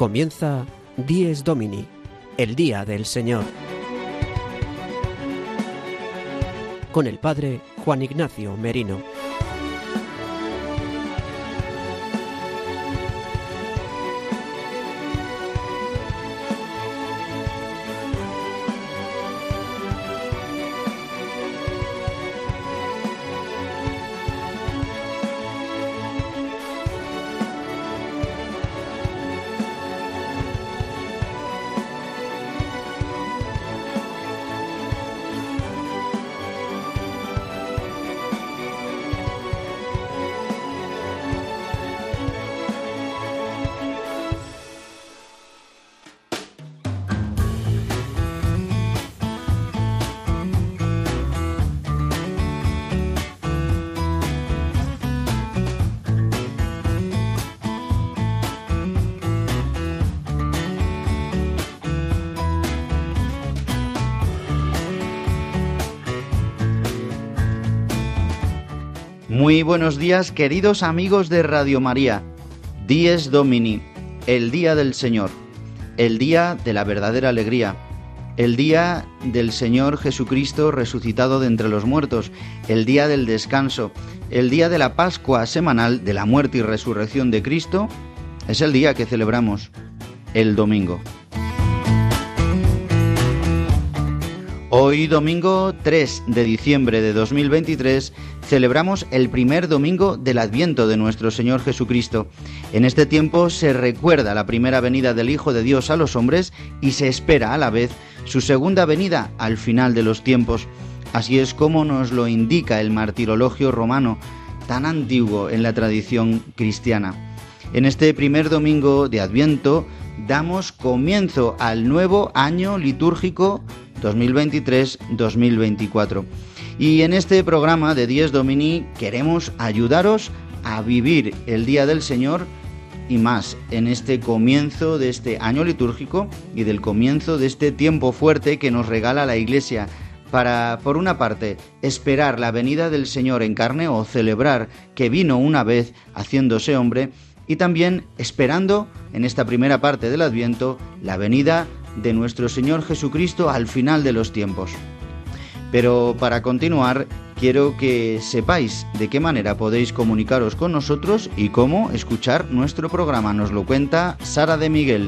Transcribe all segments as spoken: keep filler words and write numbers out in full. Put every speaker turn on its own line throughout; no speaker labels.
Comienza Dies Domini, el Día del Señor, con el Padre Juan Ignacio Merino.
Muy buenos días, queridos amigos de Radio María. Dies Domini, el Día del Señor, el día de la verdadera alegría, el día del Señor Jesucristo resucitado de entre los muertos, el día del descanso, el día de la Pascua semanal de la muerte y resurrección de Cristo, es el día que celebramos, el domingo. Hoy, domingo tres de diciembre de dos mil veintitrés, celebramos el primer domingo del Adviento de nuestro Señor Jesucristo. En este tiempo se recuerda la primera venida del Hijo de Dios a los hombres y se espera a la vez su segunda venida al final de los tiempos. Así es como nos lo indica el martirologio romano, tan antiguo en la tradición cristiana. En este primer domingo de Adviento damos comienzo al nuevo año litúrgico dos mil veintitrés dos mil veinticuatro. Y en este programa de Dies Domini queremos ayudaros a vivir el Día del Señor y más en este comienzo de este año litúrgico y del comienzo de este tiempo fuerte que nos regala la Iglesia para, por una parte, esperar la venida del Señor en carne o celebrar que vino una vez haciéndose hombre, y también esperando en esta primera parte del Adviento la venida de nuestro Señor Jesucristo al final de los tiempos. Pero para continuar, quiero que sepáis de qué manera podéis comunicaros con nosotros y cómo escuchar nuestro programa. Nos lo cuenta Sara de Miguel.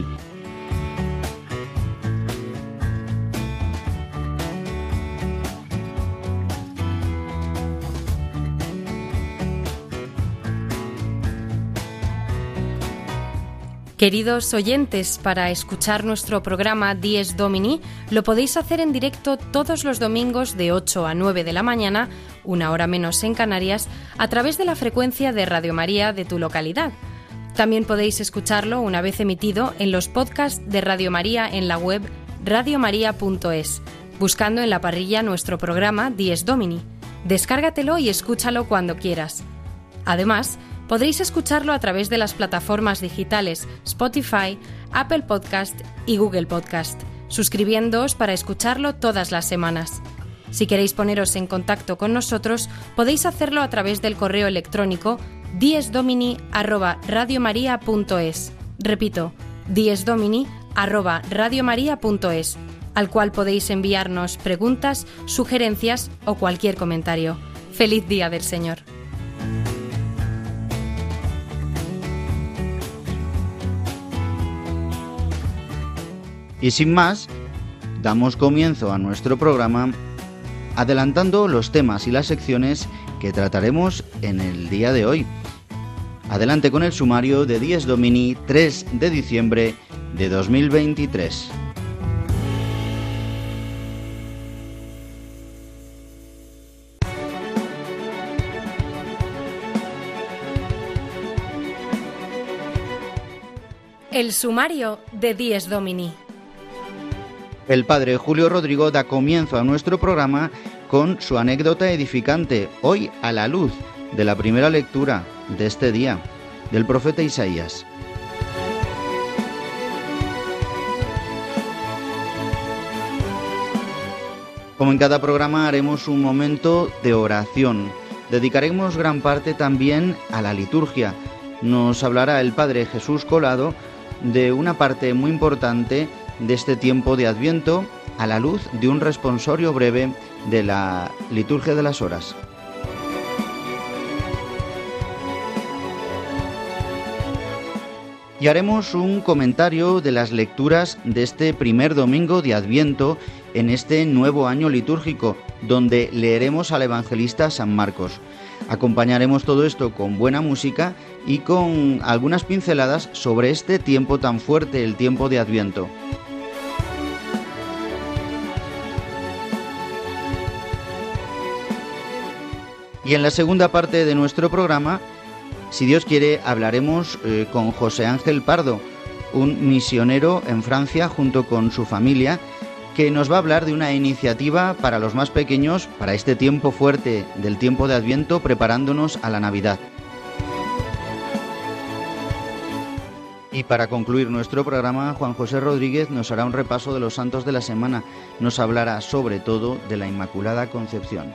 Queridos oyentes, para escuchar nuestro programa Dies Domini lo podéis hacer en directo todos los domingos de ocho a nueve de la mañana, una hora menos en Canarias, a través de la frecuencia de Radio María de tu localidad. También podéis escucharlo una vez emitido en los podcasts de Radio María en la web radio maría punto es, buscando en la parrilla nuestro programa Dies Domini. Descárgatelo y escúchalo cuando quieras. Además, podréis escucharlo a través de las plataformas digitales Spotify, Apple Podcast y Google Podcast, suscribiéndoos para escucharlo todas las semanas. Si queréis poneros en contacto con nosotros, podéis hacerlo a través del correo electrónico diesdomini arroba radiomaria punto es. Repito, diesdomini arroba radiomaria punto es, al cual podéis enviarnos preguntas, sugerencias o cualquier comentario. ¡Feliz Día del Señor!
Y sin más, damos comienzo a nuestro programa adelantando los temas y las secciones que trataremos en el día de hoy. Adelante con el sumario de Dies Domini tres de diciembre de dos mil veintitrés.
El sumario de Dies Domini.
El padre Julio Rodrigo da comienzo a nuestro programa con su anécdota edificante, hoy a la luz de la primera lectura de este día, del profeta Isaías. Como en cada programa haremos un momento de oración. Dedicaremos gran parte también a la liturgia. Nos hablará el padre Jesús Colado de una parte muy importante de este tiempo de Adviento a la luz de un responsorio breve de la liturgia de las horas. Y haremos un comentario de las lecturas de este primer domingo de Adviento en este nuevo año litúrgico, donde leeremos al evangelista San Marcos. Acompañaremos todo esto con buena música y con algunas pinceladas sobre este tiempo tan fuerte, el tiempo de Adviento. Y en la segunda parte de nuestro programa, si Dios quiere, hablaremos eh, con José Ángel Pardo, un misionero en Francia junto con su familia, que nos va a hablar de una iniciativa para los más pequeños, para este tiempo fuerte del tiempo de Adviento, preparándonos a la Navidad. Y para concluir nuestro programa, Juan José Rodríguez nos hará un repaso de los santos de la semana. Nos hablará sobre todo de la Inmaculada Concepción.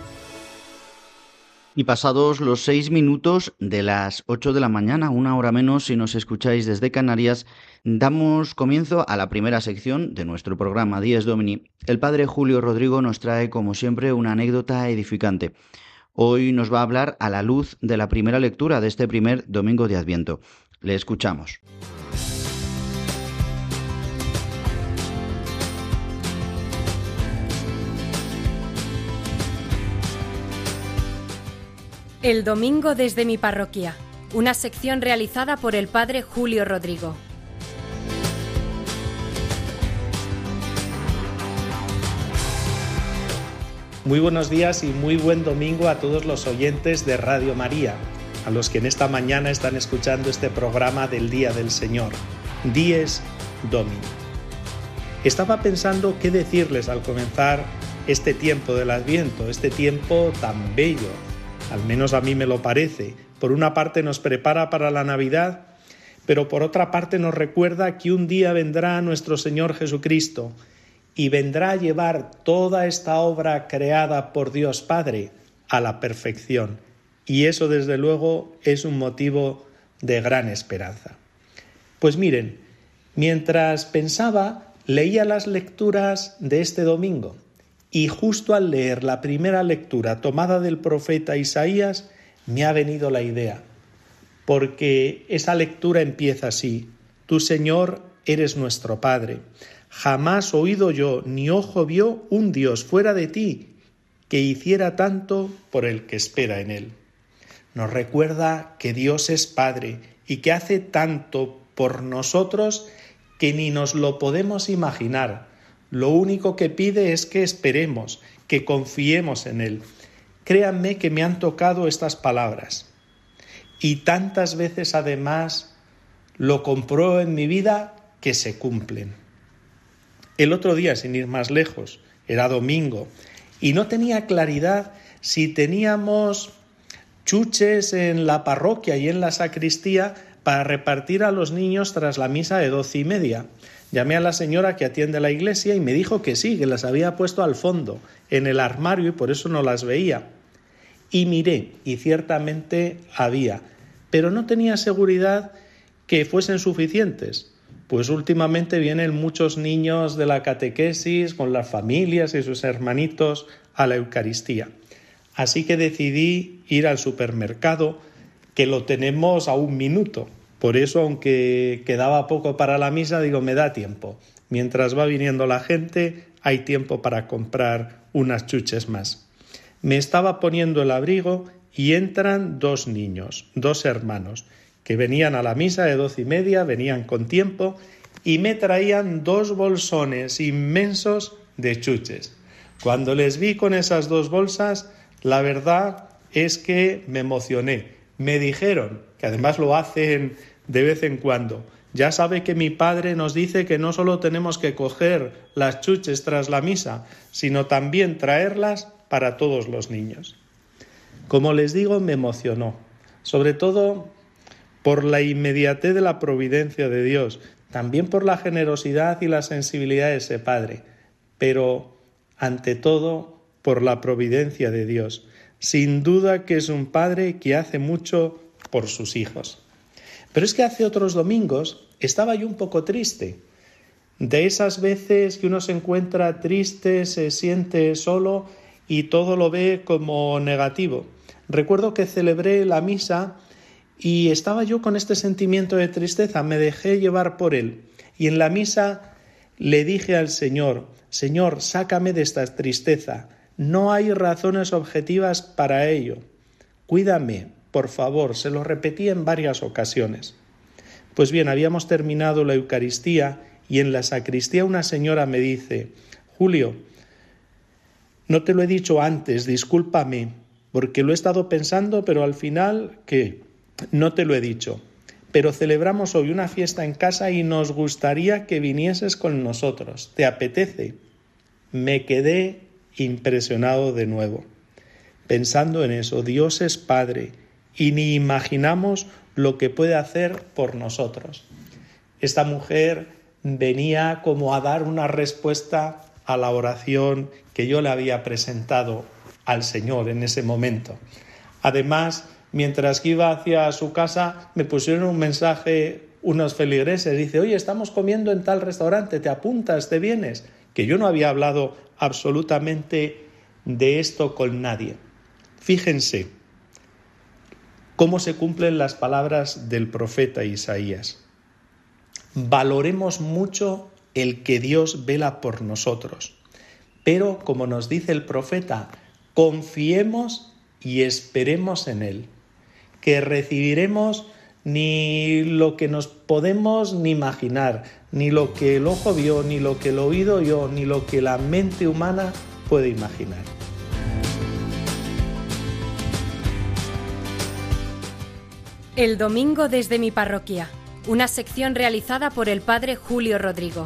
Y pasados los seis minutos de las ocho de la mañana, una hora menos si nos escucháis desde Canarias, damos comienzo a la primera sección de nuestro programa Dies Domini. El padre Julio Rodrigo nos trae, como siempre, una anécdota edificante. Hoy nos va a hablar a la luz de la primera lectura de este primer domingo de Adviento. Le escuchamos.
El domingo desde mi parroquia, una sección realizada por el padre Julio Rodrigo.
Muy buenos días y muy buen domingo a todos los oyentes de Radio María, a los que en esta mañana están escuchando este programa del Día del Señor, Dies Domini. Estaba pensando qué decirles al comenzar este tiempo del Adviento, este tiempo tan bello. Al menos a mí me lo parece. Por una parte nos prepara para la Navidad, pero por otra parte nos recuerda que un día vendrá nuestro Señor Jesucristo y vendrá a llevar toda esta obra creada por Dios Padre a la perfección. Y eso, desde luego, es un motivo de gran esperanza. Pues miren, mientras pensaba, leía las lecturas de este domingo. Y justo al leer la primera lectura tomada del profeta Isaías, me ha venido la idea, porque esa lectura empieza así: Tú, Señor, eres nuestro Padre. Jamás oído yo, ni ojo vio un Dios fuera de ti que hiciera tanto por el que espera en él. Nos recuerda que Dios es Padre y que hace tanto por nosotros que ni nos lo podemos imaginar. Lo único que pide es que esperemos, que confiemos en Él. Créanme que me han tocado estas palabras. Y tantas veces además lo compruebo en mi vida que se cumplen. El otro día, sin ir más lejos, era domingo, y no tenía claridad si teníamos chuches en la parroquia y en la sacristía para repartir a los niños tras la misa de doce y media. Llamé a la señora que atiende la iglesia y me dijo que sí, que las había puesto al fondo, en el armario, y por eso no las veía. Y miré, y ciertamente había, pero no tenía seguridad que fuesen suficientes, pues últimamente vienen muchos niños de la catequesis con las familias y sus hermanitos a la Eucaristía. Así que decidí ir al supermercado, que lo tenemos a un minuto. Por eso, aunque quedaba poco para la misa, digo, me da tiempo. Mientras va viniendo la gente, hay tiempo para comprar unas chuches más. Me estaba poniendo el abrigo y entran dos niños, dos hermanos, que venían a la misa de doce y media, venían con tiempo, y me traían dos bolsones inmensos de chuches. Cuando les vi con esas dos bolsas, la verdad es que me emocioné. Me dijeron, que además lo hacen de vez en cuando: ya sabe que mi padre nos dice que no solo tenemos que coger las chuches tras la misa, sino también traerlas para todos los niños. Como les digo, me emocionó, sobre todo por la inmediatez de la providencia de Dios, también por la generosidad y la sensibilidad de ese padre, pero ante todo por la providencia de Dios. Sin duda que es un padre que hace mucho por sus hijos. Pero es que hace otros domingos estaba yo un poco triste. De esas veces que uno se encuentra triste, se siente solo y todo lo ve como negativo. Recuerdo que celebré la misa y estaba yo con este sentimiento de tristeza, me dejé llevar por él. Y en la misa le dije al Señor: Señor, sácame de esta tristeza. No hay razones objetivas para ello. Cuídame, por favor. Se lo repetí en varias ocasiones. Pues bien, habíamos terminado la Eucaristía y en la sacristía una señora me dice: Julio, no te lo he dicho antes, discúlpame, porque lo he estado pensando, pero al final, ¿qué? No te lo he dicho. Pero celebramos hoy una fiesta en casa y nos gustaría que vinieses con nosotros. ¿Te apetece? Me quedé impresionado de nuevo, pensando en eso. Dios es Padre y ni imaginamos lo que puede hacer por nosotros. Esta mujer venía como a dar una respuesta a la oración que yo le había presentado al Señor en ese momento. Además, mientras que iba hacia su casa, me pusieron un mensaje unos feligreses. Dice: oye, estamos comiendo en tal restaurante, ¿te apuntas, te vienes? Que yo no había hablado absolutamente de esto con nadie. Fíjense cómo se cumplen las palabras del profeta Isaías. Valoremos mucho el que Dios vela por nosotros, pero, como nos dice el profeta, confiemos y esperemos en Él, que recibiremos ni lo que nos podemos ni imaginar, ni lo que el ojo vio, ni lo que el oído oyó, ni lo que la mente humana puede imaginar.
El domingo desde mi parroquia, una sección realizada por el padre Julio Rodrigo.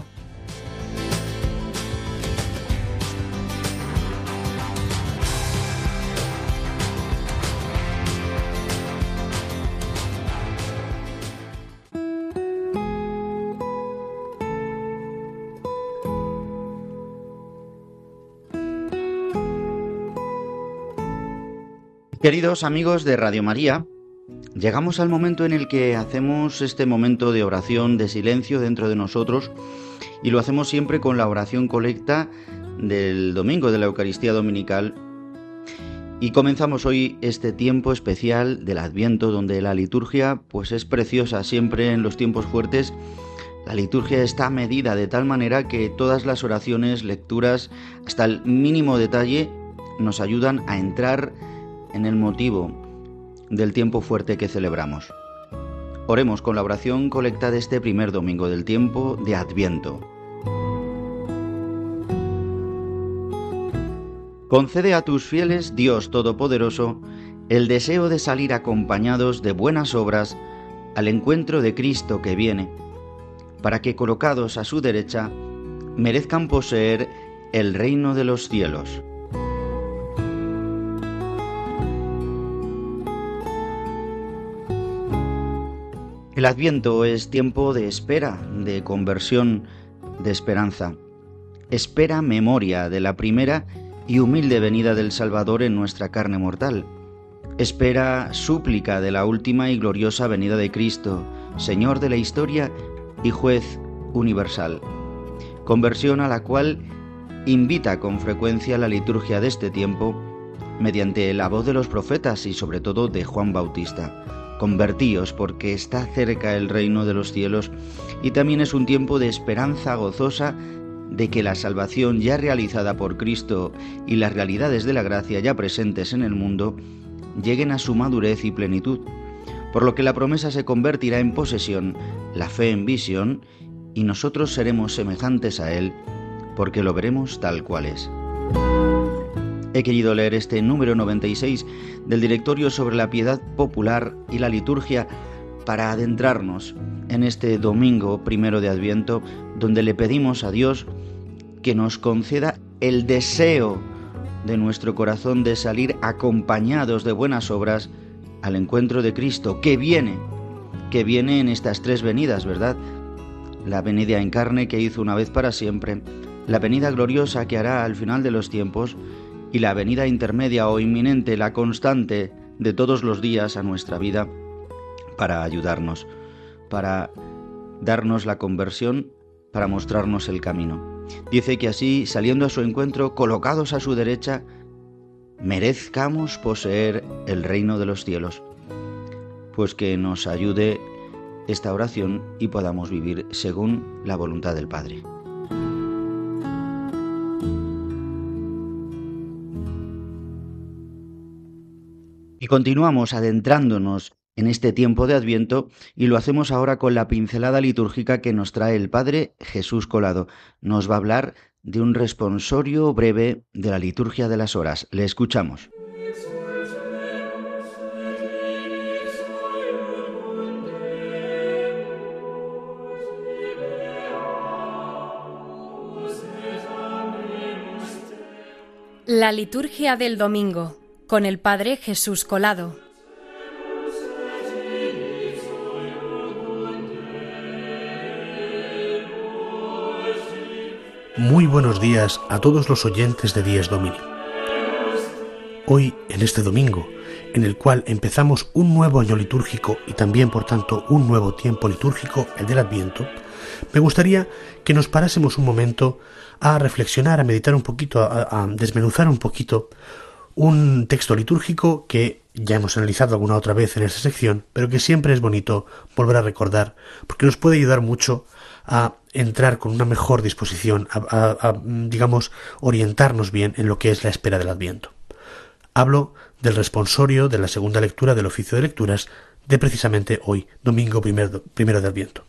Queridos amigos de Radio María, llegamos al momento en el que hacemos este momento de oración, de silencio dentro de nosotros, y lo hacemos siempre con la oración colecta del domingo de la Eucaristía Dominical. Y comenzamos hoy este tiempo especial del Adviento, donde la liturgia pues es preciosa. Siempre en los tiempos fuertes la liturgia está medida de tal manera que todas las oraciones, lecturas, hasta el mínimo detalle, nos ayudan a entrar en el motivo del tiempo fuerte que celebramos. Oremos con la oración colecta de este primer domingo del tiempo de Adviento. Concede a tus fieles, Dios Todopoderoso, el deseo de salir acompañados de buenas obras al encuentro de Cristo que viene, para que, colocados a su derecha, merezcan poseer el reino de los cielos. El Adviento es tiempo de espera, de conversión, de esperanza. Espera memoria de la primera y humilde venida del Salvador en nuestra carne mortal. Espera súplica de la última y gloriosa venida de Cristo, Señor de la historia y Juez universal. Conversión a la cual invita con frecuencia la liturgia de este tiempo, mediante la voz de los profetas y sobre todo de Juan Bautista. Convertíos, porque está cerca el reino de los cielos, y también es un tiempo de esperanza gozosa de que la salvación ya realizada por Cristo y las realidades de la gracia ya presentes en el mundo lleguen a su madurez y plenitud, por lo que la promesa se convertirá en posesión, la fe en visión, y nosotros seremos semejantes a Él, porque lo veremos tal cual es. He querido leer este número noventa y seis del Directorio sobre la piedad popular y la liturgia para adentrarnos en este domingo primero de Adviento, donde le pedimos a Dios que nos conceda el deseo de nuestro corazón de salir acompañados de buenas obras al encuentro de Cristo, que viene, que viene en estas tres venidas, ¿verdad? La venida en carne que hizo una vez para siempre, la venida gloriosa que hará al final de los tiempos, y la venida intermedia o inminente, la constante de todos los días a nuestra vida para ayudarnos. para darnos la conversión, para mostrarnos el camino. Dice que así, saliendo a su encuentro, colocados a su derecha, merezcamos poseer el reino de los cielos. Pues que nos ayude esta oración y podamos vivir según la voluntad del Padre. Y continuamos adentrándonos en este tiempo de Adviento y lo hacemos ahora con la pincelada litúrgica que nos trae el Padre Jesús Colado. Nos va a hablar de un responsorio breve de la liturgia de las horas. Le escuchamos.
La liturgia del domingo, con el Padre Jesús Colado.
Muy buenos días a todos los oyentes de Dies Domini. Hoy, en este domingo, en el cual empezamos un nuevo año litúrgico y también, por tanto, un nuevo tiempo litúrgico, el del Adviento, me gustaría que nos parásemos un momento a reflexionar, a meditar un poquito, a, a desmenuzar un poquito un texto litúrgico que ya hemos analizado alguna otra vez en esta sección, pero que siempre es bonito volver a recordar, porque nos puede ayudar mucho a entrar con una mejor disposición, a, a, a digamos, orientarnos bien en lo que es la espera del Adviento. Hablo del responsorio de la segunda lectura del oficio de lecturas de precisamente hoy, domingo primero, primero de Adviento.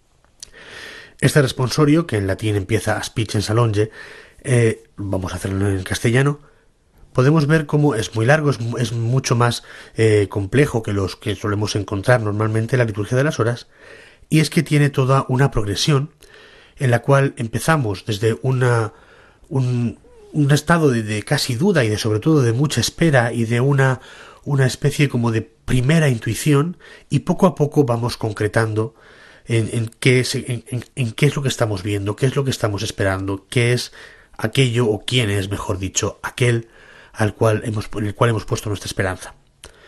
Este responsorio, que en latín empieza Aspice in Salonge, eh, vamos a hacerlo en castellano, podemos ver cómo es muy largo, es, es mucho más eh, complejo que los que solemos encontrar normalmente en la liturgia de las horas, y es que tiene toda una progresión en la cual empezamos desde una, un, un estado de, de casi duda y de sobre todo de mucha espera y de una, una especie como de primera intuición, y poco a poco vamos concretando en, en, qué es, en, en, en qué es lo que estamos viendo, qué es lo que estamos esperando, qué es aquello o quién es, mejor dicho, aquel al cual hemos, en el cual hemos puesto nuestra esperanza.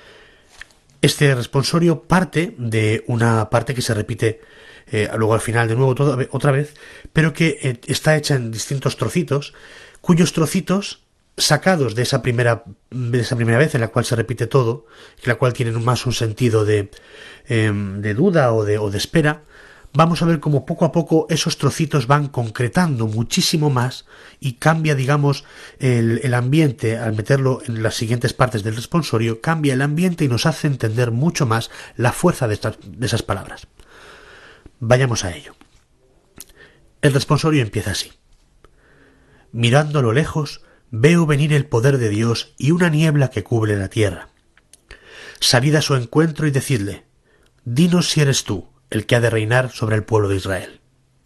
Este responsorio parte de una parte que se repite eh, luego al final de nuevo todo, otra vez, pero que eh, está hecha en distintos trocitos, cuyos trocitos sacados de esa primera de esa primera vez en la cual se repite todo, en la cual tienen más un sentido de, eh, de duda o de, o de espera, vamos a ver cómo poco a poco esos trocitos van concretando muchísimo más y cambia, digamos, el, el ambiente. Al meterlo en las siguientes partes del responsorio, cambia el ambiente y nos hace entender mucho más la fuerza de, estas, de esas palabras. Vayamos a ello. El responsorio empieza así. Mirando a lo lejos, veo venir el poder de Dios y una niebla que cubre la tierra. Salid a su encuentro y decidle, dinos si eres tú el que ha de reinar sobre el pueblo de Israel.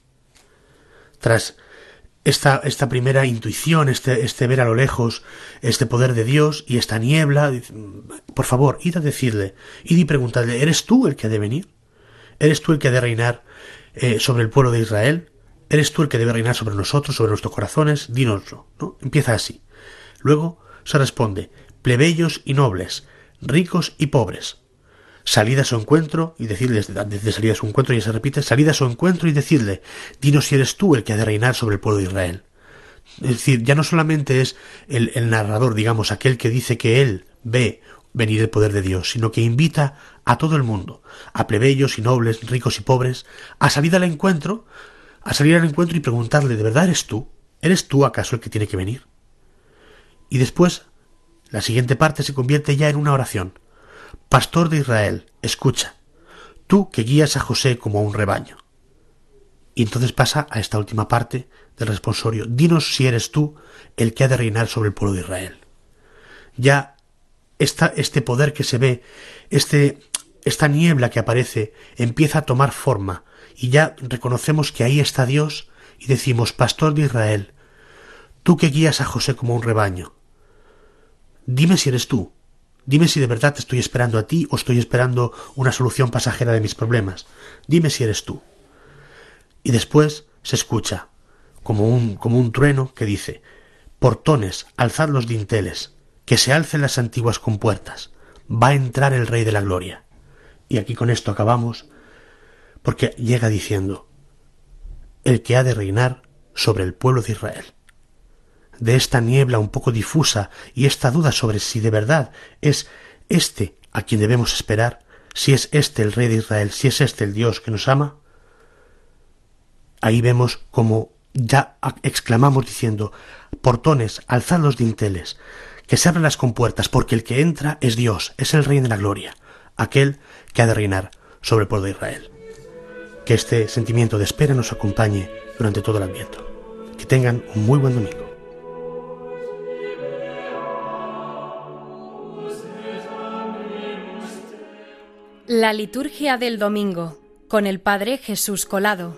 Tras esta, esta primera intuición, este, este ver a lo lejos, este poder de Dios y esta niebla, por favor, id a decirle, id y preguntadle, ¿eres tú el que ha de venir? ¿Eres tú el que ha de reinar eh, sobre el pueblo de Israel? ¿Eres tú el que debe reinar sobre nosotros, sobre nuestros corazones? Dínoslo, ¿no? Empieza así. Luego se responde, plebeyos y nobles, ricos y pobres. Salid a su encuentro y decidle, desde salir a su encuentro ya se repite, salid a su encuentro y decidle, dinos si eres tú el que ha de reinar sobre el pueblo de Israel. Es decir, ya no solamente es el, el narrador, digamos, aquel que dice que él ve venir el poder de Dios, sino que invita a todo el mundo, a plebeyos y nobles, ricos y pobres, a salir al encuentro, a salir al encuentro y preguntarle, ¿de verdad eres tú? ¿Eres tú acaso el que tiene que venir? Y después, la siguiente parte se convierte ya en una oración. Pastor de Israel, escucha, tú que guías a José como a un rebaño. Y entonces pasa a esta última parte del responsorio. Dinos si eres tú el que ha de reinar sobre el pueblo de Israel. Ya esta, este poder que se ve, este, esta niebla que aparece, empieza a tomar forma, y ya reconocemos que ahí está Dios, y decimos, Pastor de Israel, tú que guías a José como a un rebaño, dime si eres tú. Dime si de verdad te estoy esperando a ti o estoy esperando una solución pasajera de mis problemas. Dime si eres tú. Y después se escucha, como un, como un trueno que dice, portones, alzad los dinteles, que se alcen las antiguas compuertas, va a entrar el Rey de la Gloria. Y aquí con esto acabamos, porque llega diciendo: el que ha de reinar sobre el pueblo de Israel. De esta niebla un poco difusa y esta duda sobre si de verdad es este a quien debemos esperar, si es este el Rey de Israel, si es este el Dios que nos ama, ahí vemos como ya exclamamos diciendo: portones, alzad los dinteles, que se abran las compuertas, porque el que entra es Dios, es el Rey de la gloria, aquel que ha de reinar sobre el pueblo de Israel. Que este sentimiento de espera nos acompañe durante todo el Adviento. Que tengan un muy buen domingo.
La liturgia del domingo, con el Padre Jesús Colado.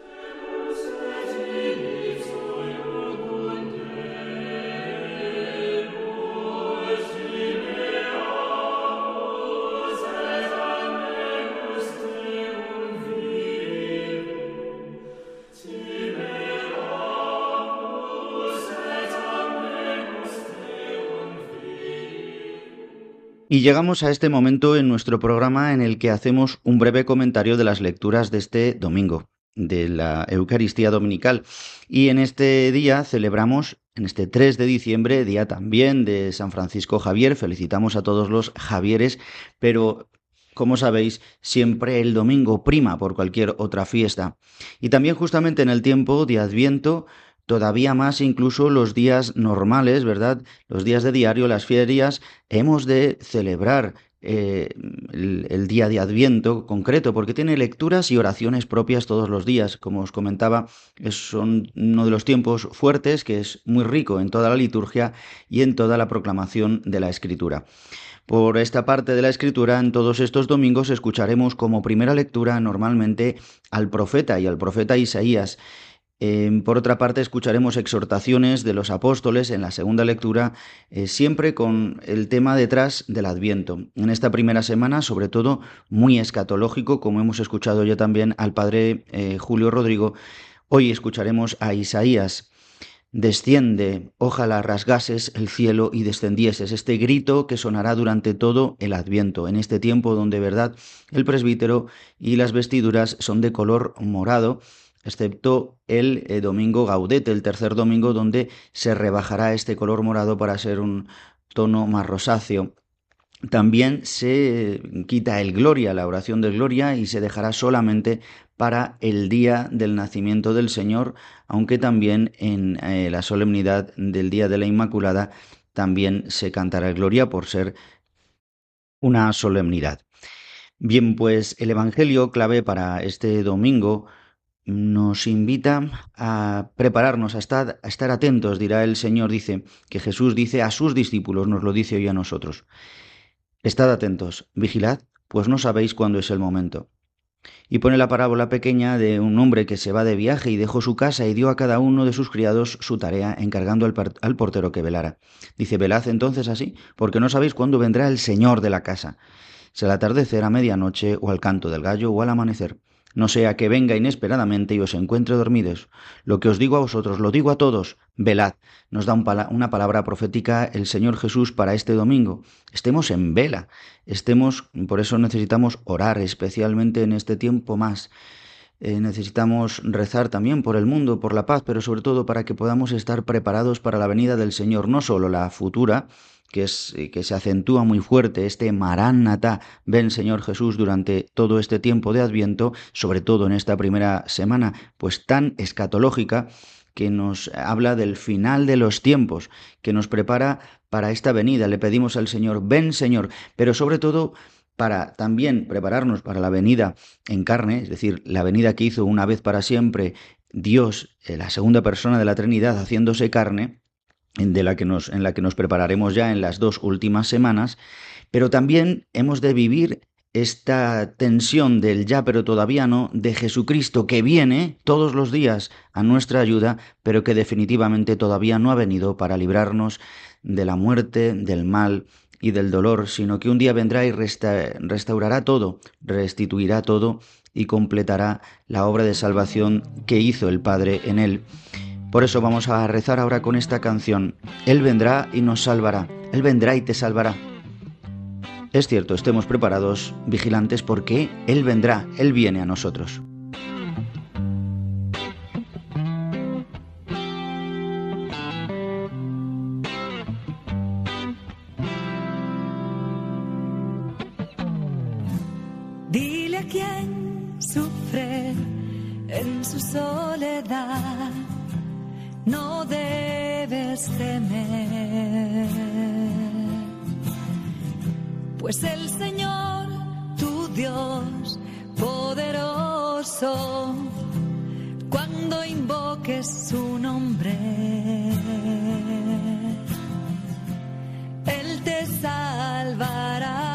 Y llegamos a este momento en nuestro programa en el que hacemos un breve comentario de las lecturas de este domingo, de la Eucaristía Dominical. Y en este día celebramos, en este tres de diciembre, día también de San Francisco Javier. Felicitamos a todos los Javieres, pero como sabéis, siempre el domingo prima por cualquier otra fiesta. Y también justamente en el tiempo de Adviento, todavía más incluso los días normales, ¿verdad? Los días de diario, las ferias, hemos de celebrar eh, el, el día de Adviento concreto, porque tiene lecturas y oraciones propias todos los días. Como os comentaba, es, son uno de los tiempos fuertes que es muy rico en toda la liturgia y en toda la proclamación de la Escritura. Por esta parte de la Escritura, en todos estos domingos escucharemos como primera lectura normalmente al profeta y al profeta Isaías. Eh, por otra parte, escucharemos exhortaciones de los apóstoles en la segunda lectura, eh, siempre con el tema detrás del Adviento. En esta primera semana, sobre todo, muy escatológico, como hemos escuchado ya también al padre eh, Julio Rodrigo. Hoy escucharemos a Isaías: desciende, ojalá rasgases el cielo y descendieses. Este grito que sonará durante todo el Adviento, en este tiempo donde, verdad, el presbítero y las vestiduras son de color morado, excepto el eh, domingo Gaudete, el tercer domingo, donde se rebajará este color morado para ser un tono más rosáceo. También se quita el Gloria, la oración del Gloria, y se dejará solamente para el día del nacimiento del Señor, aunque también en eh, la solemnidad del Día de la Inmaculada también se cantará el Gloria por ser una solemnidad. Bien, pues el Evangelio clave para este domingo nos invita a prepararnos, a estar, a estar atentos, dirá el Señor. Dice que Jesús dice a sus discípulos, nos lo dice hoy a nosotros: estad atentos, vigilad, pues no sabéis cuándo es el momento. Y pone la parábola pequeña de un hombre que se va de viaje y dejó su casa y dio a cada uno de sus criados su tarea, encargando al, al portero que velara. Dice: velad entonces así, porque no sabéis cuándo vendrá el Señor de la casa, si al atardecer, a medianoche, o al canto del gallo, o al amanecer. No sea que venga inesperadamente y os encuentre dormidos. Lo que os digo a vosotros, lo digo a todos: velad. Nos da un pala- una palabra profética el Señor Jesús para este domingo. Estemos en vela, estemos, por eso necesitamos orar, especialmente en este tiempo más. Eh, necesitamos rezar también por el mundo, por la paz, pero sobre todo para que podamos estar preparados para la venida del Señor, no solo la futura, que, es, que se acentúa muy fuerte, este Maránata, ven Señor Jesús, durante todo este tiempo de Adviento, sobre todo en esta primera semana, pues tan escatológica, que nos habla del final de los tiempos, que nos prepara para esta venida. Le pedimos al Señor: ven Señor, pero sobre todo para también prepararnos para la venida en carne, es decir, la venida que hizo una vez para siempre Dios, la segunda persona de la Trinidad, haciéndose carne, de la que nos, en la que nos prepararemos ya en las dos últimas semanas. Pero también hemos de vivir esta tensión del ya pero todavía no, de Jesucristo, que viene todos los días a nuestra ayuda, pero que definitivamente todavía no ha venido para librarnos de la muerte, del mal y del dolor, sino que un día vendrá y resta- restaurará todo, restituirá todo y completará la obra de salvación que hizo el Padre en él. Por eso vamos a rezar ahora con esta canción: Él vendrá y nos salvará, Él vendrá y te salvará. Es cierto, estemos preparados, vigilantes, porque Él vendrá, Él viene a nosotros.
Dile a quien sufre en su soledad, no debes temer, pues el Señor, tu Dios poderoso, cuando invoques su nombre, Él te salvará.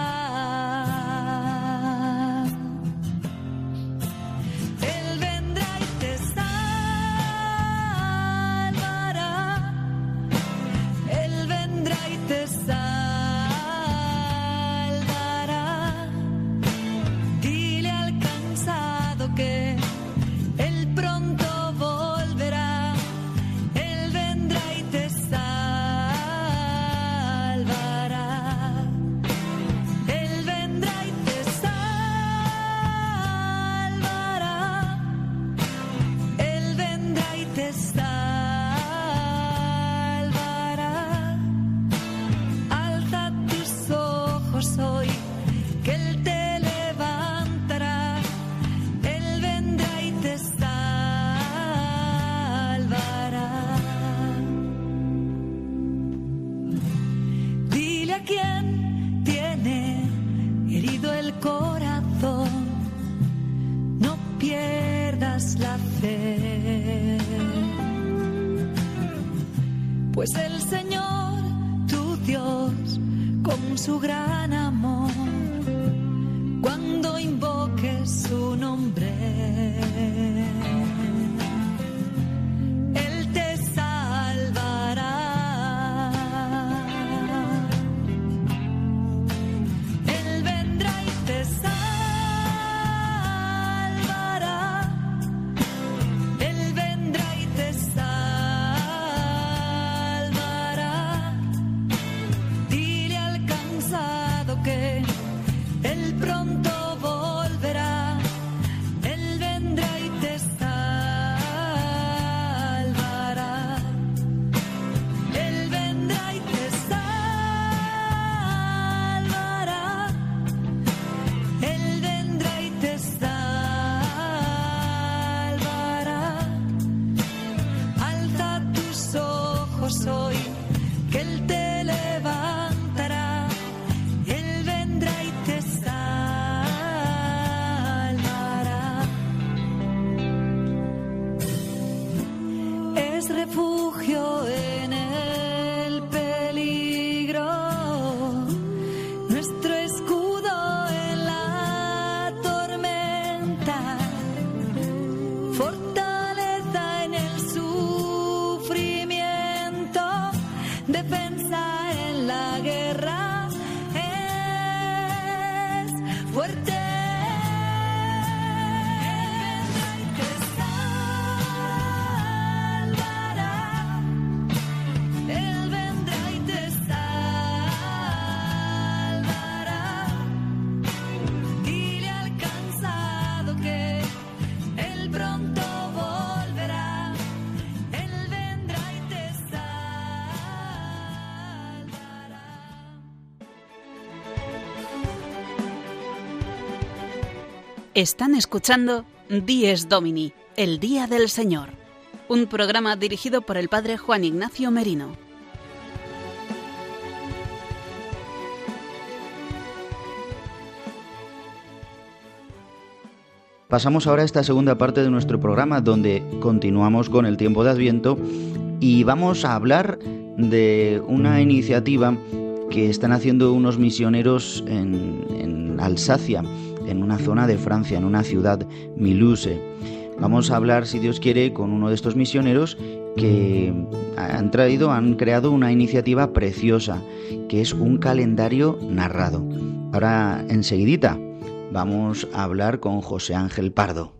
Pues el Señor, tu Dios, con su gran amor, cuando invoques su nombre, Él te salvará. Él vendrá y te salvará. Él vendrá y te salvará. Que Él pronto volverá, Él vendrá y te salvará. Él vendrá y te salvará. Él vendrá y te salvará. Alza tus ojos hoy, que Él te levantará. Refugio en el peligro, nuestro escudo en la tormenta, fortaleza en el sufrimiento, defensa en la guerra, es fuerte.
Están escuchando Dies Domini, el Día del Señor, un programa dirigido por el Padre Juan Ignacio Merino.
Pasamos ahora a esta segunda parte de nuestro programa, donde continuamos con el tiempo de Adviento y vamos a hablar de una iniciativa que están haciendo unos misioneros en, en Alsacia, en una zona de Francia, en una ciudad, Mulhouse. Vamos a hablar, si Dios quiere, con uno de estos misioneros que han traído, han creado una iniciativa preciosa, que es un calendario narrado. Ahora, enseguidita, vamos a hablar con José Ángel Pardo.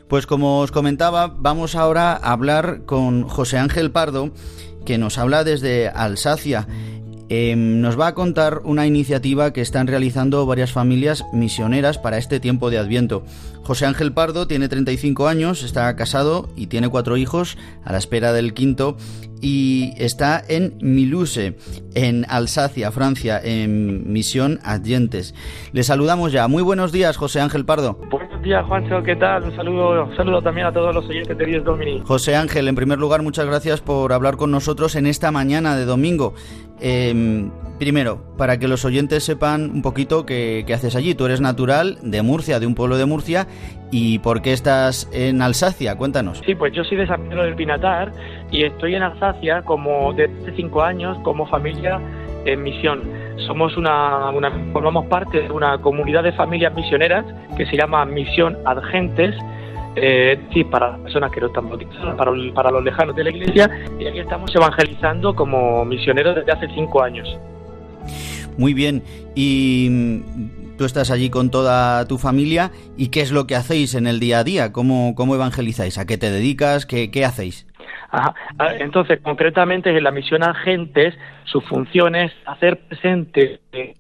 Pues como os comentaba, vamos ahora a hablar con José Ángel Pardo, que nos habla desde Alsacia. Eh, nos va a contar una iniciativa que están realizando varias familias misioneras para este tiempo de Adviento. José Ángel Pardo tiene treinta y cinco años, está casado y tiene cuatro hijos a la espera del quinto, y está en Mulhouse, en Alsacia, Francia, en Misión Advientes. Le saludamos ya. Muy buenos días, José Ángel Pardo.
Buenos días, Juancho, ¿qué tal? Un saludo, un saludo también a todos los oyentes de diez Domini.
José Ángel, en primer lugar, muchas gracias por hablar con nosotros en esta mañana de domingo. Eh, primero, para que los oyentes sepan un poquito qué, qué haces allí. Tú eres natural de Murcia, de un pueblo de Murcia, ¿y por qué estás en Alsacia? Cuéntanos.
Sí, pues yo soy de San Pedro del Pinatar y estoy en Alsacia como desde cinco años como familia en misión. Somos una, una formamos parte de una comunidad de familias misioneras que se llama Misión Adgentes. Eh, sí, para las personas que no están bautizadas, para, para los lejanos de la iglesia, y aquí estamos evangelizando como misioneros desde hace cinco años.
Muy bien, y tú estás allí con toda tu familia, ¿y qué es lo que hacéis en el día a día? ¿Cómo, cómo evangelizáis? ¿A qué te dedicas? ¿Qué, qué hacéis?
Ajá. Entonces, concretamente en la Misión Adgentes, su función es hacer presente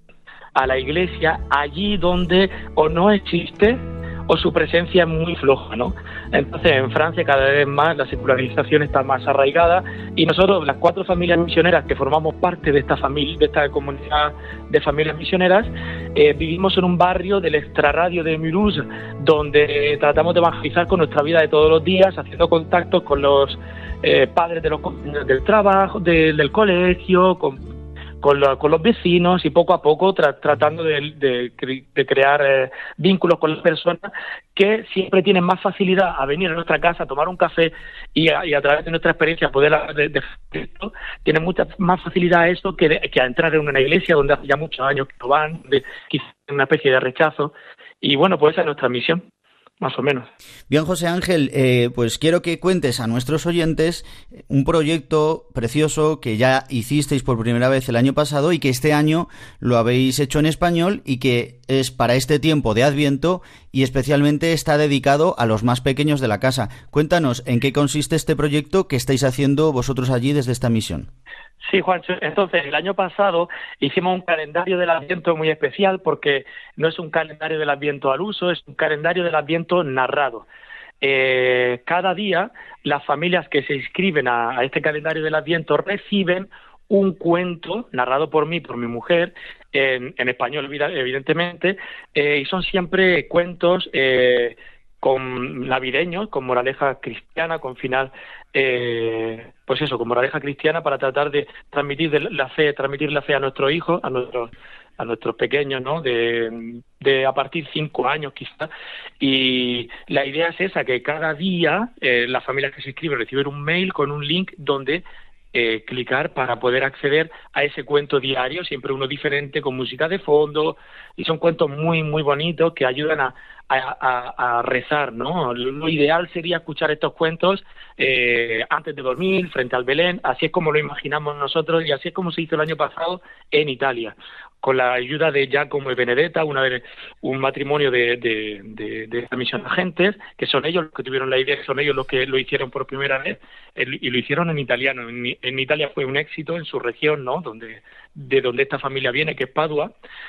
a la iglesia allí donde o no existe o su presencia es muy floja, ¿no? Entonces, en Francia cada vez más la secularización está más arraigada y nosotros, las cuatro familias misioneras que formamos parte de esta familia, de esta comunidad de familias misioneras, eh, vivimos en un barrio del extrarradio de Mulhouse, donde tratamos de evangelizar con nuestra vida de todos los días, haciendo contactos con los eh, padres de los compañeros del trabajo, de, del colegio, con Con, lo, con los vecinos y poco a poco tra, tratando de, de, de crear eh, vínculos con las personas que siempre tienen más facilidad a venir a nuestra casa a tomar un café y a, y a través de nuestra experiencia poder de, de, de, tienen mucha más facilidad a eso que, de, que a entrar en una iglesia donde hace ya muchos años que no van, de quizás una especie de rechazo. Y bueno, pues esa es nuestra misión. Más o menos.
Bien, José Ángel, eh, pues quiero que cuentes a nuestros oyentes un proyecto precioso que ya hicisteis por primera vez el año pasado y que este año lo habéis hecho en español y que es para este tiempo de Adviento y especialmente está dedicado a los más pequeños de la casa. Cuéntanos en qué consiste este proyecto que estáis haciendo vosotros allí desde esta misión.
Sí, Juancho. Entonces, el año pasado hicimos un calendario del Adviento muy especial porque no es un calendario del Adviento al uso, es un calendario del Adviento narrado. Eh, cada día, las familias que se inscriben a, a este calendario del Adviento reciben un cuento narrado por mí, por mi mujer, en, en español, evidentemente, eh, y son siempre cuentos eh, con navideños, con moraleja cristiana, con final, eh, pues eso, con moraleja cristiana para tratar de transmitir la fe, transmitir la fe a nuestros hijos, a nuestros a nuestros pequeños, ¿no? De, de a partir de cinco años quizás. Y la idea es esa, que cada día eh, las familias que se inscriben reciben un mail con un link donde eh, clicar para poder acceder a ese cuento diario, siempre uno diferente, con música de fondo, y son cuentos muy, muy bonitos que ayudan a, a, a, a rezar, ¿no? Lo ideal sería escuchar estos cuentos eh, antes de dormir, frente al Belén, así es como lo imaginamos nosotros y así es como se hizo el año pasado en Italia, con la ayuda de Giacomo y Benedetta, una de, un matrimonio de, de, de, de esta misión agentes, que son ellos los que tuvieron la idea, son ellos los que lo hicieron por primera vez, el, y lo hicieron en italiano. En, en Italia fue un éxito en su región, ¿no? Donde, de donde esta familia viene, que es Padua,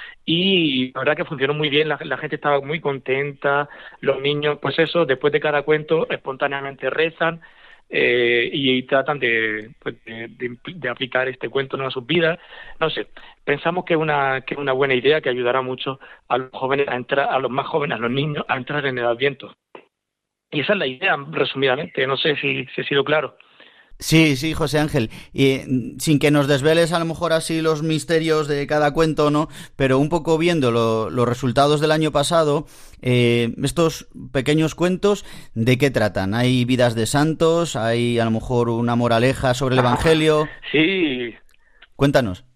y la verdad que funcionó muy bien, la, la gente estaba muy contenta, los niños, pues eso, después de cada cuento, espontáneamente rezan, Eh, y, y tratan de, pues de, de, de aplicar este cuento a sus vidas. No sé, pensamos que es una que es una buena idea que ayudará mucho a los jóvenes a entrar, a los más jóvenes, a los niños a entrar en el Adviento. Y esa es la idea, resumidamente. No sé si, si he sido claro.
Sí, sí, José Ángel, y sin que nos desveles a lo mejor así los misterios de cada cuento, ¿no? Pero un poco viendo lo, los resultados del año pasado, eh, estos pequeños cuentos, ¿de qué tratan? ¿Hay vidas de santos? ¿Hay a lo mejor una moraleja sobre el Evangelio?
Sí.
Cuéntanos.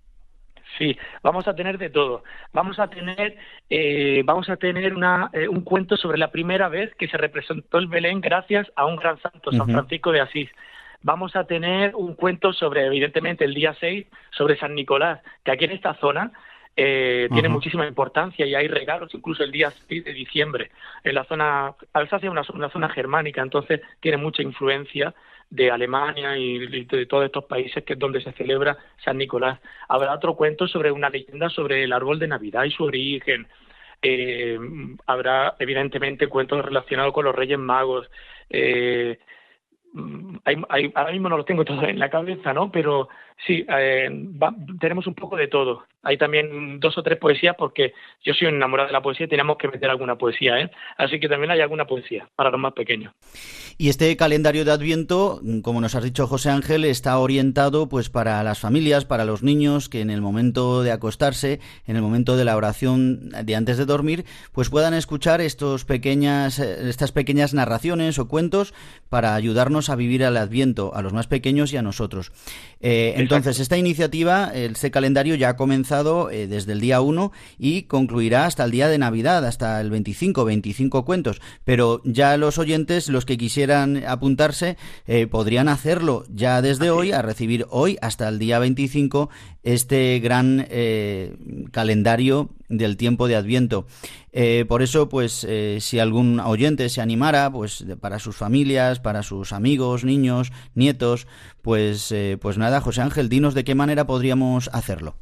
Sí, vamos a tener de todo. Vamos a tener, eh, vamos a tener una, eh, un cuento sobre la primera vez que se representó el Belén gracias a un gran santo, San uh-huh. Francisco de Asís. Vamos a tener un cuento sobre, evidentemente, el día seis, sobre San Nicolás, que aquí en esta zona eh, tiene
Ajá.
muchísima importancia y hay regalos incluso el día seis de diciembre. En la zona, Alsacia es una, una zona germánica, entonces tiene mucha influencia de Alemania y de todos estos países que es donde se celebra San Nicolás. Habrá otro cuento sobre una leyenda sobre el árbol de Navidad y su origen. Eh, habrá evidentemente cuentos relacionados con los Reyes Magos. Eh, hay, hay, ahora mismo no los tengo todos en la cabeza, ¿no? Pero sí, eh, va, tenemos un poco de todo. Hay también dos o tres poesías porque yo soy enamorado de la poesía y tenemos que meter alguna poesía, ¿eh? Así que también hay alguna poesía para los más pequeños.
Y este calendario de Adviento, como nos has dicho José Ángel, está orientado pues para las familias, para los niños que en el momento de acostarse, en el momento de la oración de antes de dormir, pues puedan escuchar estos pequeñas, estas pequeñas narraciones o cuentos para ayudarnos a vivir el Adviento, a los más pequeños y a nosotros. Eh, entonces, esta iniciativa, este calendario ya ha comenzado eh, desde el día uno y concluirá hasta el día de Navidad, hasta el veinticinco, veinticinco cuentos, pero ya los oyentes, los que quisieran apuntarse, eh, podrían hacerlo ya desde hoy, a recibir hoy hasta el día veinticinco este gran eh, calendario del tiempo de Adviento. Eh, por eso, pues, eh, si algún oyente se animara, pues, de, para sus familias, para sus amigos, niños, nietos, pues, eh, pues nada, José Ángel, dinos de qué manera podríamos hacerlo.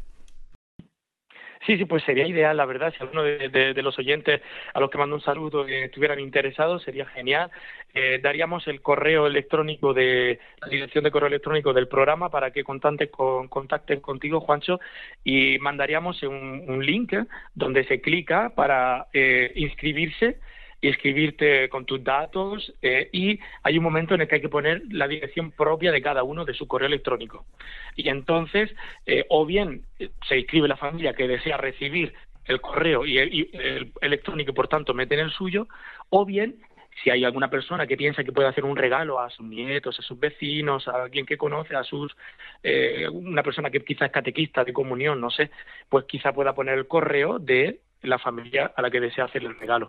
Sí, sí, pues sería ideal, la verdad, si alguno de, de, de los oyentes a los que mando un saludo eh, estuvieran interesados, sería genial. Eh, daríamos el correo electrónico de la dirección de correo electrónico del programa para que contacten, con, contacten contigo, Juancho, y mandaríamos un, un link donde se clica para eh, inscribirse, inscribirte con tus datos eh, y hay un momento en el que hay que poner la dirección propia de cada uno de su correo electrónico. Y entonces, eh, o bien se inscribe la familia que desea recibir el correo y el, y el electrónico y por tanto meten el suyo, o bien si hay alguna persona que piensa que puede hacer un regalo a sus nietos, a sus vecinos, a alguien que conoce, a sus eh, una persona que quizás es catequista de comunión, no sé, pues quizá pueda poner el correo de la familia a la que desea hacerle el regalo.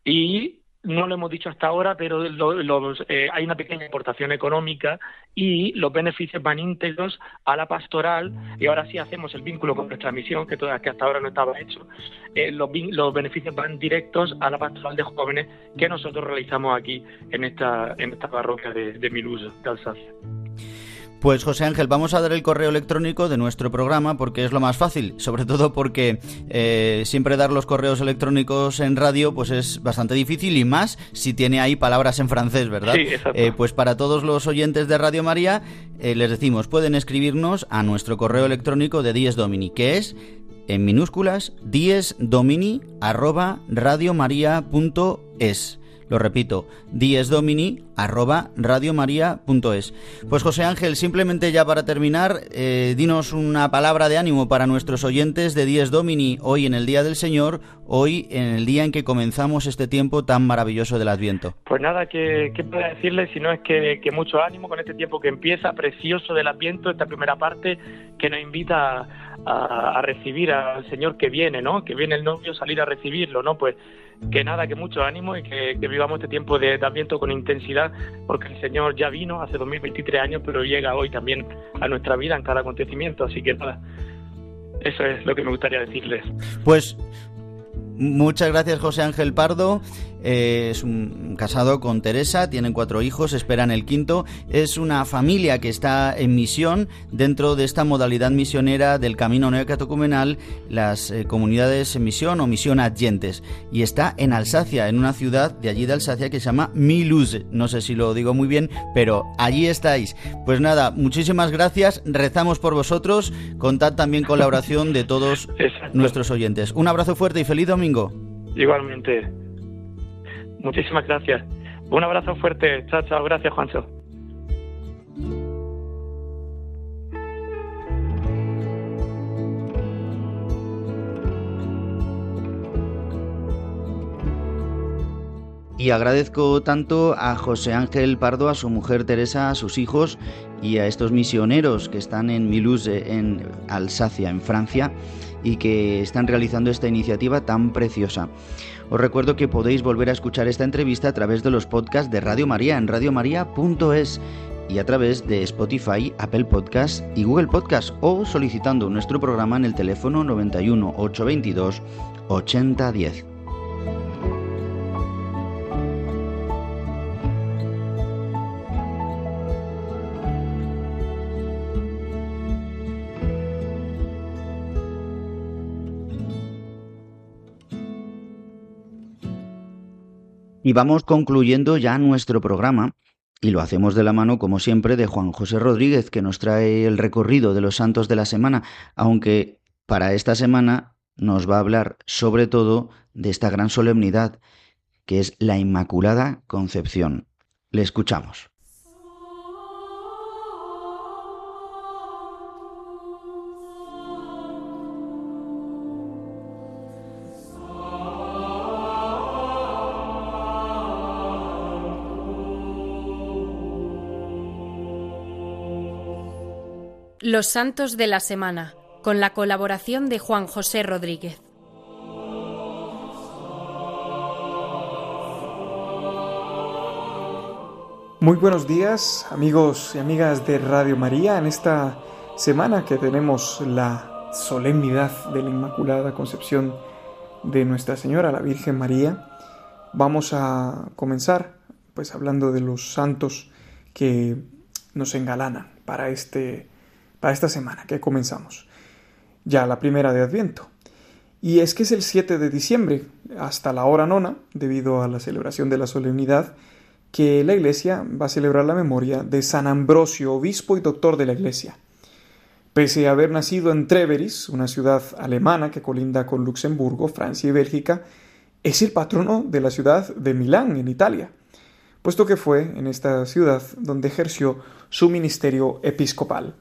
Y no lo hemos dicho hasta ahora, pero lo, los, eh, hay una pequeña aportación económica y los beneficios van íntegros a la pastoral, y ahora sí hacemos el vínculo con nuestra misión, que, toda, que hasta ahora no estaba hecho. Eh, los, los beneficios van directos a la pastoral de jóvenes que nosotros realizamos aquí en esta, en esta parroquia de, de Mulhouse, de Alsacia.
Pues José Ángel, vamos a dar el correo electrónico de nuestro programa porque es lo más fácil, sobre todo porque eh, siempre dar los correos electrónicos en radio pues es bastante difícil y más si tiene ahí palabras en francés, ¿verdad?
Sí, exacto.
Eh, pues para todos los oyentes de Radio María eh, les decimos, pueden escribirnos a nuestro correo electrónico de Dies Domini, que es en minúsculas diesdomini arroba radiomaria punto es. Lo repito, diesdomini arroba radiomaria punto es. Pues José Ángel, simplemente ya para terminar, eh, dinos una palabra de ánimo para nuestros oyentes de Dies Domini hoy en el Día del Señor, hoy en el día en que comenzamos este tiempo tan maravilloso del Adviento.
Pues nada, que, que pueda decirles, si no es que, que mucho ánimo con este tiempo que empieza, precioso del Adviento, esta primera parte que nos invita a, a recibir al Señor que viene, ¿no? Que viene el novio, salir a recibirlo, ¿no? Pues que nada, que mucho ánimo y que, que vivamos este tiempo de, de Adviento con intensidad, porque el Señor ya vino hace dos mil veintitrés años, pero llega hoy también a nuestra vida en cada acontecimiento, así que nada, eso es lo que me gustaría decirles.
Pues muchas gracias, José Ángel Pardo. Eh, es un casado con Teresa, tienen cuatro hijos, esperan el quinto. Es una familia que está en misión dentro de esta modalidad misionera del Camino Neocatecumenal, las eh, comunidades en misión o misión adyentes, y está en Alsacia, en una ciudad de allí de Alsacia que se llama Mulhouse. No sé si lo digo muy bien, pero allí estáis. Pues nada, muchísimas gracias, rezamos por vosotros, contad también con la oración de todos
Exacto.
nuestros oyentes. Un abrazo fuerte y feliz domingo.
Igualmente. Muchísimas gracias. Un abrazo fuerte. Chao, chao. Gracias, Juancho.
Y agradezco tanto a José Ángel Pardo, a su mujer Teresa, a sus hijos y a estos misioneros que están en Mulhouse, en Alsacia, en Francia, y que están realizando esta iniciativa tan preciosa. Os recuerdo que podéis volver a escuchar esta entrevista a través de los podcasts de Radio María en radiomaria punto es y a través de Spotify, Apple Podcast y Google Podcast o solicitando nuestro programa en el teléfono noventa y uno, ochocientos veintidós, ochenta diez. Y vamos concluyendo ya nuestro programa, y lo hacemos de la mano, como siempre, de Juan José Rodríguez, que nos trae el recorrido de los santos de la semana, aunque para esta semana nos va a hablar sobre todo de esta gran solemnidad, que es la Inmaculada Concepción. Le escuchamos.
Los santos de la semana, con la colaboración de Juan José Rodríguez.
Muy buenos días, amigos y amigas de Radio María. En esta semana que tenemos la solemnidad de la Inmaculada Concepción de Nuestra Señora, la Virgen María, vamos a comenzar pues hablando de los santos que nos engalanan para este Para esta semana que comenzamos, ya la primera de Adviento. Y es que es el siete de diciembre, hasta la hora nona, debido a la celebración de la solemnidad, que la Iglesia va a celebrar la memoria de San Ambrosio, obispo y doctor de la Iglesia. Pese a haber nacido en Treveris, una ciudad alemana que colinda con Luxemburgo, Francia y Bélgica, es el patrono de la ciudad de Milán, en Italia, puesto que fue en esta ciudad donde ejerció su ministerio episcopal.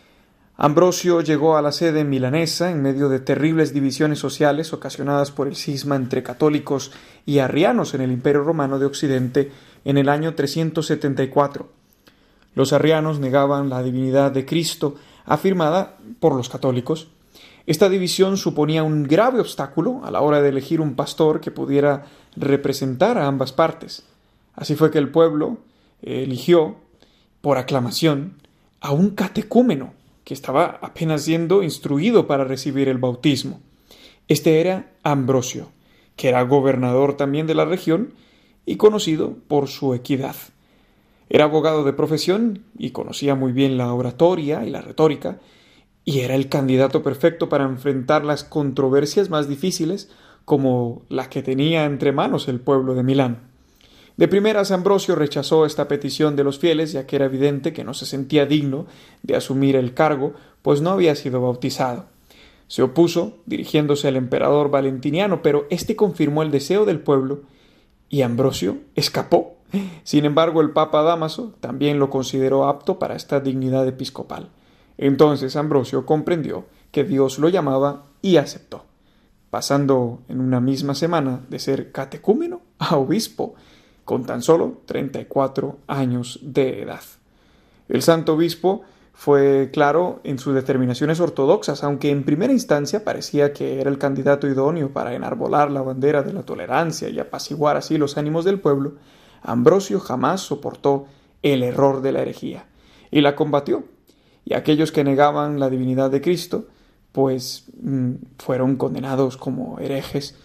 Ambrosio llegó a la sede milanesa en medio de terribles divisiones sociales ocasionadas por el cisma entre católicos y arrianos en el Imperio Romano de Occidente en el año trescientos setenta y cuatro. Los arrianos negaban la divinidad de Cristo afirmada por los católicos. Esta división suponía un grave obstáculo a la hora de elegir un pastor que pudiera representar a ambas partes. Así fue que el pueblo eligió, por aclamación, a un catecúmeno que estaba apenas siendo instruido para recibir el bautismo. Este era Ambrosio, que era gobernador también de la región y conocido por su equidad. Era abogado de profesión y conocía muy bien la oratoria y la retórica, y era el candidato perfecto para enfrentar las controversias más difíciles como la que tenía entre manos el pueblo de Milán. De primeras, Ambrosio rechazó esta petición de los fieles, ya que era evidente que no se sentía digno de asumir el cargo, pues no había sido bautizado. Se opuso, dirigiéndose al emperador Valentiniano, pero éste confirmó el deseo del pueblo y Ambrosio escapó. Sin embargo, el Papa Dámaso también lo consideró apto para esta dignidad episcopal. Entonces Ambrosio comprendió que Dios lo llamaba y aceptó, pasando en una misma semana de ser catecúmeno a obispo, con tan solo treinta y cuatro años de edad. El santo obispo fue claro en sus determinaciones ortodoxas, aunque en primera instancia parecía que era el candidato idóneo para enarbolar la bandera de la tolerancia y apaciguar así los ánimos del pueblo. Ambrosio jamás soportó el error de la herejía y la combatió, y aquellos que negaban la divinidad de Cristo pues mmm, fueron condenados como herejes.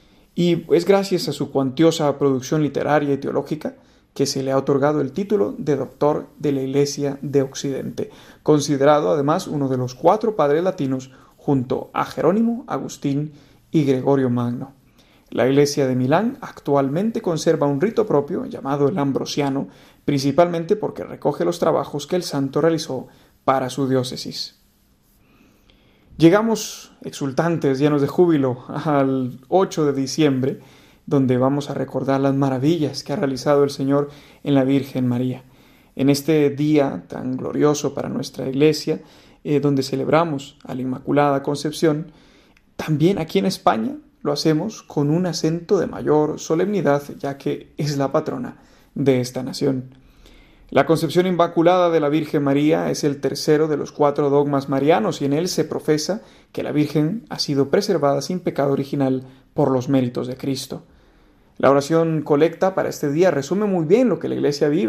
Y es gracias a su cuantiosa producción literaria y teológica que se le ha otorgado el título de doctor de la Iglesia de Occidente, considerado además uno de los cuatro padres latinos junto a Jerónimo, Agustín y Gregorio Magno. La Iglesia de Milán actualmente conserva un rito propio llamado el ambrosiano, principalmente porque recoge los trabajos que el santo realizó para su diócesis. Llegamos exultantes, llenos de júbilo, al ocho de diciembre, donde vamos a recordar las maravillas que ha realizado el Señor en la Virgen María. En este día tan glorioso para nuestra Iglesia, eh, donde celebramos a la Inmaculada Concepción, también aquí en España lo hacemos con un acento de mayor solemnidad, ya que es la patrona de esta nación. La concepción inmaculada de la Virgen María es el tercero de los cuatro dogmas marianos y en él se profesa que la Virgen ha sido preservada sin pecado original por los méritos de Cristo. La oración colecta para este día resume muy bien lo que la Iglesia vive,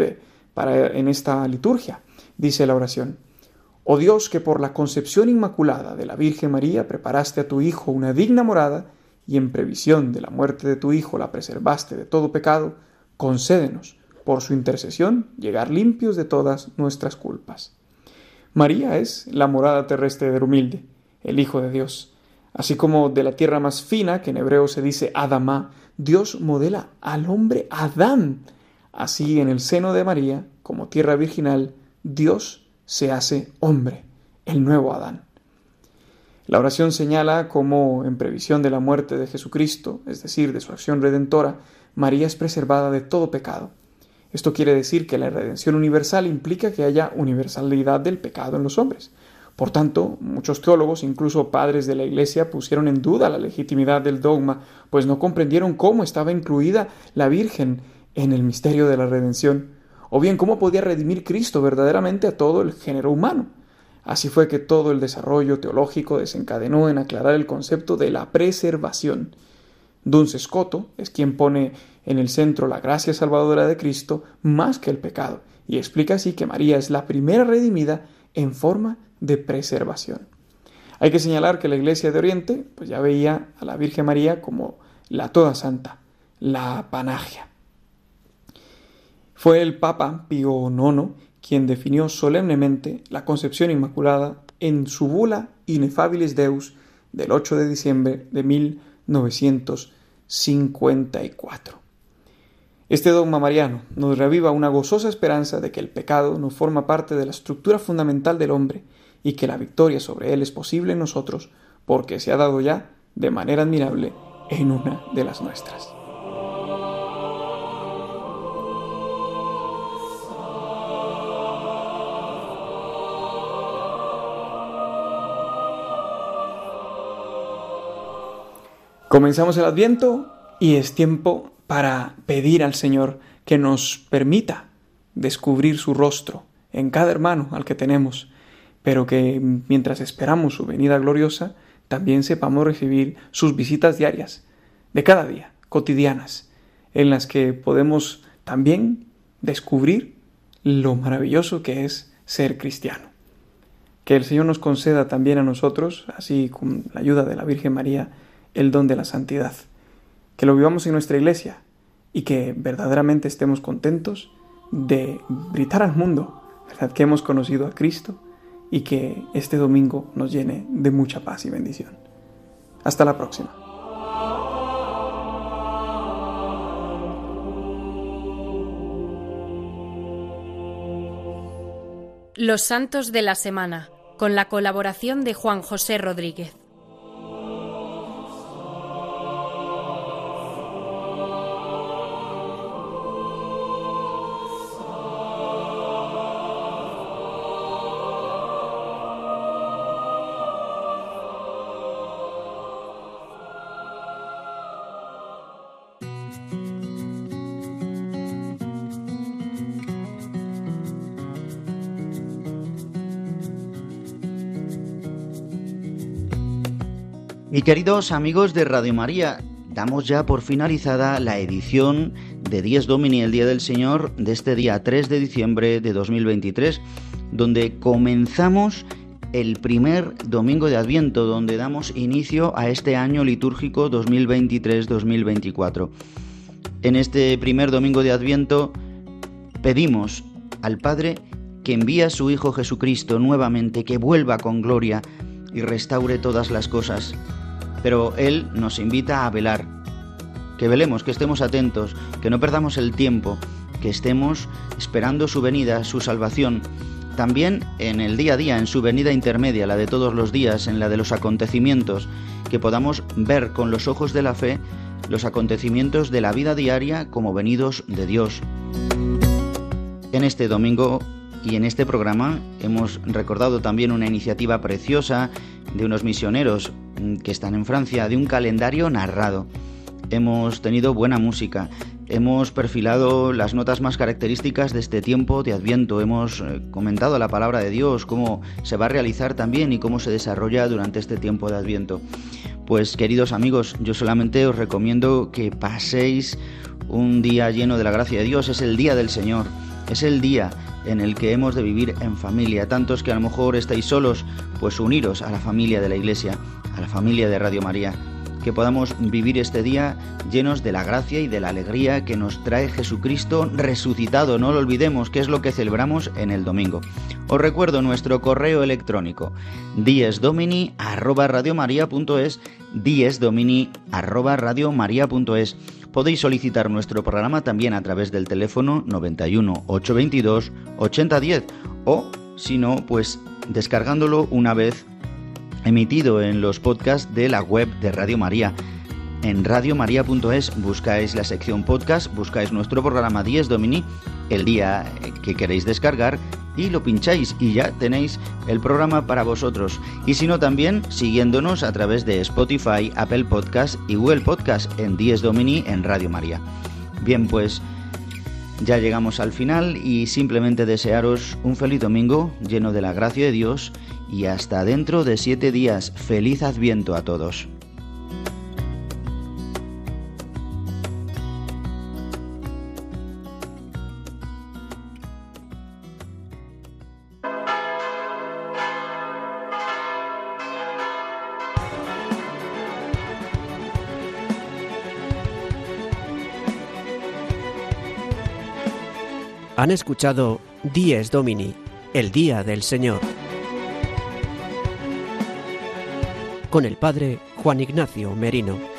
para en esta liturgia. Dice la oración: Oh Dios, que por la concepción inmaculada de la Virgen María preparaste a tu Hijo una digna morada, y en previsión de la muerte de tu Hijo la preservaste de todo pecado, concédenos, por su intercesión, llegar limpios de todas nuestras culpas. María es la morada terrestre del humilde, el Hijo de Dios. Así como de la tierra más fina, que en hebreo se dice Adamá, Dios modela al hombre Adán. Así en el seno de María, como tierra virginal, Dios se hace hombre, el nuevo Adán. La oración señala cómo, en previsión de la muerte de Jesucristo, es decir, de su acción redentora, María es preservada de todo pecado. Esto quiere decir que la redención universal implica que haya universalidad del pecado en los hombres. Por tanto, muchos teólogos, incluso padres de la Iglesia, pusieron en duda la legitimidad del dogma, pues no comprendieron cómo estaba incluida la Virgen en el misterio de la redención, o bien cómo podía redimir Cristo verdaderamente a todo el género humano. Así fue que todo el desarrollo teológico desencadenó en aclarar el concepto de la preservación. Duns Scoto es quien pone en el centro la gracia salvadora de Cristo más que el pecado, y explica así que María es la primera redimida en forma de preservación. Hay que señalar que la Iglesia de Oriente pues ya veía a la Virgen María como la toda santa, la panagia. Fue el Papa Pío nono quien definió solemnemente la concepción inmaculada en su bula Ineffabilis Deus del ocho de diciembre de mil novecientos cincuenta y cuatro. Este dogma mariano nos reaviva una gozosa esperanza de que el pecado no forma parte de la estructura fundamental del hombre y que la victoria sobre él es posible en nosotros porque se ha dado ya de manera admirable en una de las nuestras. Comenzamos el Adviento y es tiempo para pedir al Señor que nos permita descubrir su rostro en cada hermano al que tenemos, pero que mientras esperamos su venida gloriosa, también sepamos recibir sus visitas diarias, de cada día, cotidianas, en las que podemos también descubrir lo maravilloso que es ser cristiano. Que el Señor nos conceda también a nosotros, así con la ayuda de la Virgen María, el don de la santidad, que lo vivamos en nuestra iglesia y que verdaderamente estemos contentos de gritar al mundo, ¿verdad?, que hemos conocido a Cristo y que este domingo nos llene de mucha paz y bendición. Hasta la próxima.
Los Santos de la Semana, con la colaboración de Juan José Rodríguez.
Y queridos amigos de Radio María, damos ya por finalizada la edición de Dies Domini, el Día del Señor, de este día tres de diciembre de dos mil veintitrés, donde comenzamos el primer domingo de Adviento, donde damos inicio a este año litúrgico dos mil veintitrés dos mil veinticuatro. En este primer domingo de Adviento pedimos al Padre que envíe a su Hijo Jesucristo nuevamente, que vuelva con gloria y restaure todas las cosas. Pero Él nos invita a velar, que velemos, que estemos atentos, que no perdamos el tiempo, que estemos esperando su venida, su salvación, también en el día a día, en su venida intermedia, la de todos los días, en la de los acontecimientos, que podamos ver con los ojos de la fe los acontecimientos de la vida diaria como venidos de Dios. En este domingo y en este programa hemos recordado también una iniciativa preciosa de unos misioneros que están en Francia, de un calendario narrado. Hemos tenido buena música, hemos perfilado las notas más características de este tiempo de Adviento, hemos comentado la palabra de Dios, cómo se va a realizar también y cómo se desarrolla durante este tiempo de Adviento. Pues queridos amigos, yo solamente os recomiendo que paséis un día lleno de la gracia de Dios, es el Día del Señor. Es el día en el que hemos de vivir en familia. Tantos que a lo mejor estáis solos, pues uniros a la familia de la Iglesia, a la familia de Radio María. Que podamos vivir este día llenos de la gracia y de la alegría que nos trae Jesucristo resucitado. No lo olvidemos, que es lo que celebramos en el domingo. Os recuerdo nuestro correo electrónico diesdomini arroba radiomaria.es, diesdomini arroba radiomaria.es. Podéis solicitar nuestro programa también a través del teléfono noventa y uno, ochocientos veintidós, ochenta diez o, si no, pues descargándolo una vez emitido en los podcasts de la web de Radio María. En radiomaria punto es buscáis la sección podcast, buscáis nuestro programa Dies Domini, el día que queréis descargar, y lo pincháis y ya tenéis el programa para vosotros. Y si no, también siguiéndonos a través de Spotify, Apple Podcast y Google Podcast en Dies Domini en Radio María. Bien, pues ya llegamos al final y simplemente desearos un feliz domingo lleno de la gracia de Dios y hasta dentro de siete días. Feliz Adviento a todos.
Han escuchado Dies Domini, el Día del Señor, con el Padre Juan Ignacio Merino.